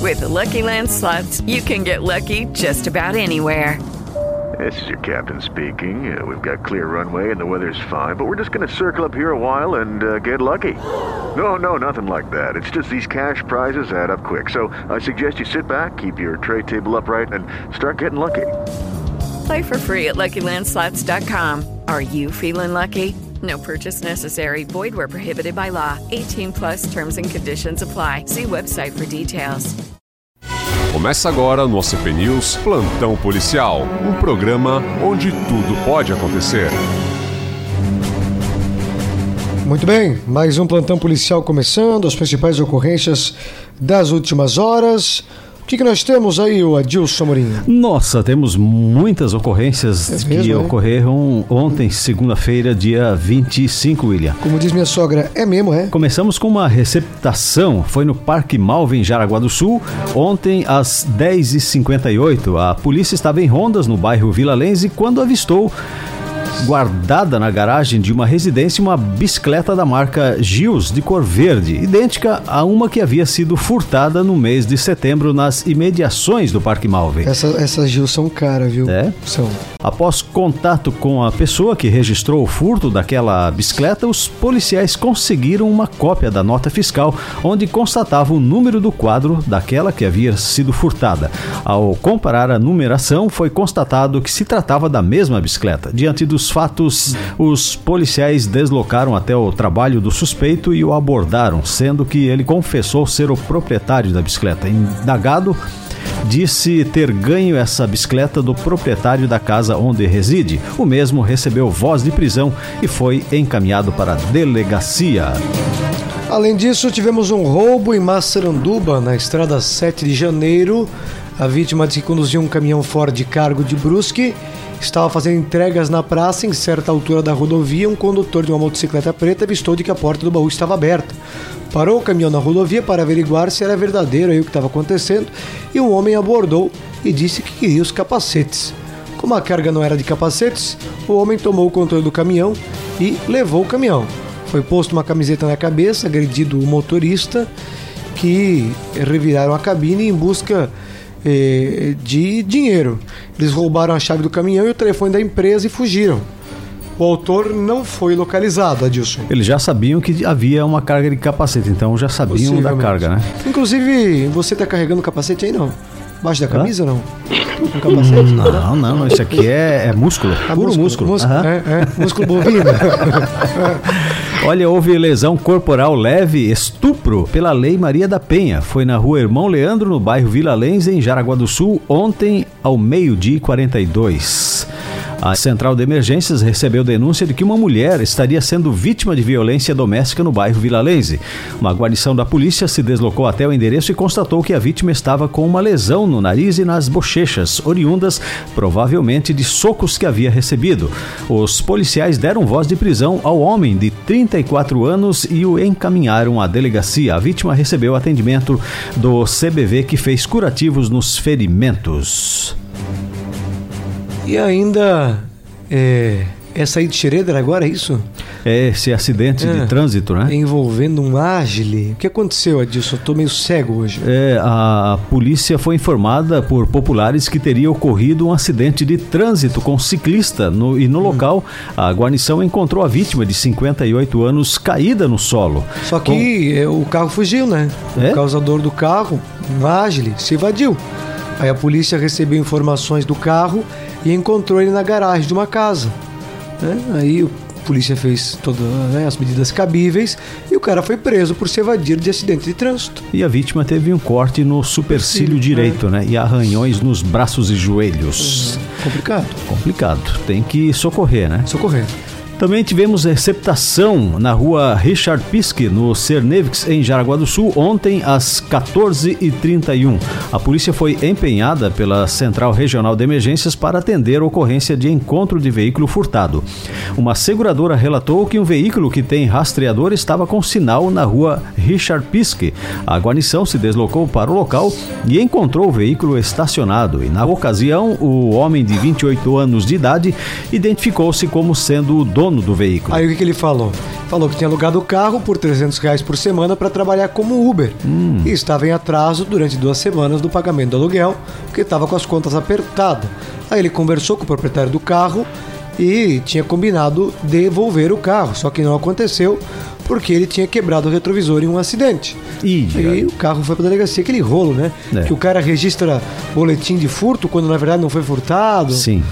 With the Lucky Land Slots, you can get lucky just about anywhere. This is your captain speaking. We've got clear runway and the weather's fine, but we're just going to circle up here a while and get lucky. No, nothing like that. It's just these cash prizes add up quick. So I suggest you sit back, keep your tray table upright, and start getting lucky. Play for free at LuckyLandSlots.com. Are you feeling lucky? No purchase necessary. Void where prohibited by law. 18 plus terms and conditions apply. See website for details. Começa agora no OCP News Plantão Policial, um programa onde tudo pode acontecer. Muito bem, mais um Plantão Policial começando, as principais ocorrências das últimas horas. O que nós temos aí, o Adilson Amorim? Nossa, temos muitas ocorrências que ocorreram ontem, segunda-feira, dia 25, William. Como diz minha sogra, é mesmo, é? Começamos com uma receptação, foi no Parque Malve, em Jaraguá do Sul, ontem às 10h58. A polícia estava em rondas no bairro Vila Lense quando avistou, guardada na garagem de uma residência, uma bicicleta da marca Gils de cor verde, idêntica a uma que havia sido furtada no mês de setembro nas imediações do Parque Malve. Essas Gils são caras, viu? É? São. Após contato com a pessoa que registrou o furto daquela bicicleta, os policiais conseguiram uma cópia da nota fiscal, onde constatava o número do quadro daquela que havia sido furtada. Ao comparar a numeração, foi constatado que se tratava da mesma bicicleta. Diante dos fatos, os policiais deslocaram até o trabalho do suspeito e o abordaram, sendo que ele confessou ser o proprietário da bicicleta. Indagado, disse ter ganho essa bicicleta do proprietário da casa onde reside. O mesmo recebeu voz de prisão e foi encaminhado para a delegacia. Além disso, tivemos um roubo em Massaranduba, na estrada 7 de janeiro. A vítima disse que conduzia um caminhão Ford de cargo de Brusque. Estava fazendo entregas na praça. Em certa altura da rodovia, um condutor de uma motocicleta preta avistou de que a porta do baú estava aberta. Parou o caminhão na rodovia para averiguar se era verdadeiro aí o que estava acontecendo, e um homem abordou e disse que queria os capacetes. Como a carga não era de capacetes, o homem tomou o controle do caminhão e levou o caminhão. Foi posto uma camiseta na cabeça, agredido o motorista, que reviraram a cabine em busca de dinheiro. Eles roubaram a chave do caminhão e o telefone da empresa e fugiram. O autor não foi localizado, Adilson. Eles já sabiam que havia uma carga de capacete, então já sabiam da carga, né? Inclusive, você está carregando o capacete aí, não? Embaixo da camisa, não? Um capacete? Não, isso aqui é músculo, puro músculo. Músculo bovino. Olha, houve lesão corporal leve, estupro, pela Lei Maria da Penha. Foi na rua Irmão Leandro, no bairro Vila Lense, em Jaraguá do Sul, ontem ao 12h42. A Central de Emergências recebeu denúncia de que uma mulher estaria sendo vítima de violência doméstica no bairro Vila Lense. Uma guarnição da polícia se deslocou até o endereço e constatou que a vítima estava com uma lesão no nariz e nas bochechas, oriundas provavelmente de socos que havia recebido. Os policiais deram voz de prisão ao homem de 34 anos e o encaminharam à delegacia. A vítima recebeu atendimento do CBV, que fez curativos nos ferimentos. E ainda, essa aí de Schroeder agora, é isso? Esse acidente de trânsito, né? Envolvendo um Agile. O que aconteceu, Adilson? Eu tô meio cego hoje. A polícia foi informada por populares que teria ocorrido um acidente de trânsito com ciclista e no local a guarnição encontrou a vítima de 58 anos caída no solo. Só que o carro fugiu, né? O causador do carro, um Agile, se evadiu. Aí a polícia recebeu informações do carro e encontrou ele na garagem de uma casa. Aí a polícia fez todas as medidas cabíveis e o cara foi preso por se evadir de acidente de trânsito. E a vítima teve um corte no supercílio direito, né? E arranhões nos braços e joelhos. Complicado. Tem que socorrer, né? Socorrer. Também tivemos receptação na rua Richard Piske, no Cernevix, em Jaraguá do Sul, ontem às 14h31. A polícia foi empenhada pela Central Regional de Emergências para atender a ocorrência de encontro de veículo furtado. Uma seguradora relatou que um veículo que tem rastreador estava com sinal na rua Richard Piske. A guarnição se deslocou para o local e encontrou o veículo estacionado. E na ocasião, o homem de 28 anos de idade identificou-se como sendo o dono do veículo. Aí o que ele falou? falou que tinha alugado o carro por R$300 por semana para trabalhar como Uber. E estava em atraso durante 2 semanas do pagamento do aluguel, porque estava com as contas apertadas. Aí ele conversou com o proprietário do carro e tinha combinado devolver o carro, só que não aconteceu porque ele tinha quebrado o retrovisor em um acidente. E o carro foi para a delegacia, aquele rolo, né? Que o cara registra boletim de furto quando na verdade não foi furtado. Sim.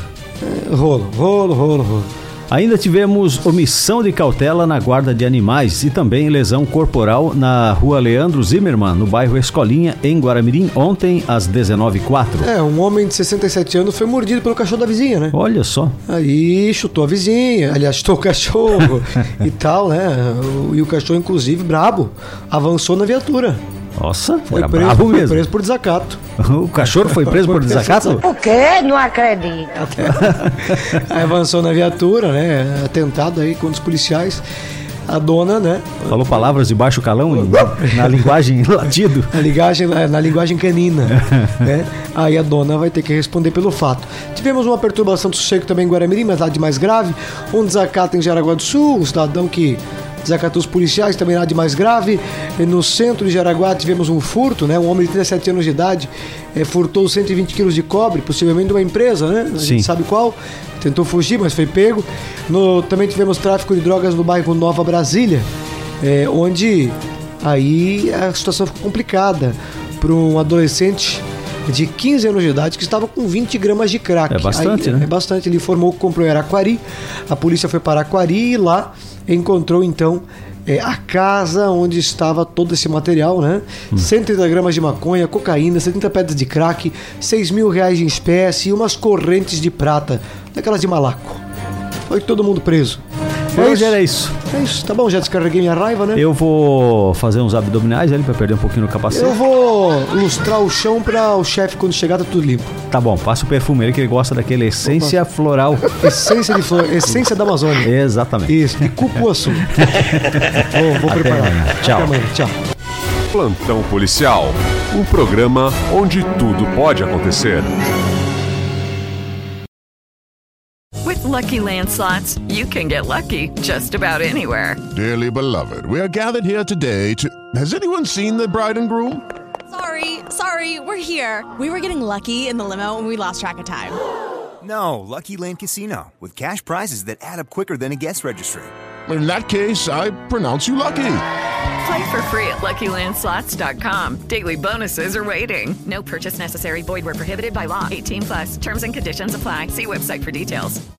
Rolo. Ainda tivemos omissão de cautela na guarda de animais e também lesão corporal na rua Leandro Zimmermann, no bairro Escolinha, em Guaramirim, ontem às 19h04. Um homem de 67 anos foi mordido pelo cachorro da vizinha, né? Olha só. Aí chutou a vizinha, aliás, chutou o cachorro e tal, né? E o cachorro, inclusive, brabo, avançou na viatura. Nossa, Foi brabo mesmo. preso por desacato. O cachorro foi preso por desacato? O quê? Não acredito. Aí avançou na viatura, né? Atentado aí contra os policiais. A dona, né? Falou palavras de baixo calão na linguagem latido. Na linguagem canina. Né? Aí a dona vai ter que responder pelo fato. Tivemos uma perturbação do sossego também em Guaramirim, mas lá de mais grave. Um desacato em Jaraguá do Sul, um cidadão que desacatou os policiais, também nada de mais grave. No centro de Jaraguá tivemos um furto, né? Um homem de 37 anos de idade furtou 120 quilos de cobre, possivelmente de uma empresa, né? A gente sabe qual. Tentou fugir, mas foi pego. Também tivemos tráfico de drogas no bairro Nova Brasília, onde aí a situação ficou complicada para um adolescente de 15 anos de idade que estava com 20 gramas de crack. É bastante, né? É bastante. Ele informou que comprou em Araquari. A polícia foi para Araquari e lá encontrou então a casa onde estava todo esse material, né? 130 gramas de maconha, cocaína, 70 pedras de crack, R$6.000 em espécie e umas correntes de prata, daquelas de malaco. Foi todo mundo preso. Hoje era isso. É isso, tá bom, já descarreguei minha raiva, né? Eu vou fazer uns abdominais ali pra perder um pouquinho no capacete. Eu vou lustrar o chão pra o chefe, quando chegar, tá tudo limpo. Tá bom, passa o perfume ele que ele gosta daquele essência floral. Essência de flor, essência da Amazônia. Exatamente. Isso, de cupuaçu. Vou preparar. Amanhã. Tchau. Até amanhã. Tchau. Plantão Policial, um programa onde tudo pode acontecer. With Lucky Land Slots, you can get lucky just about anywhere. Dearly beloved, we are gathered here today to... Has anyone seen the bride and groom? Sorry, we're here. We were getting lucky in the limo and we lost track of time. No, Lucky Land Casino, with cash prizes that add up quicker than a guest registry. In that case, I pronounce you lucky. Play for free at LuckyLandSlots.com. Daily bonuses are waiting. No purchase necessary. Void where prohibited by law. 18+. Terms and conditions apply. See website for details.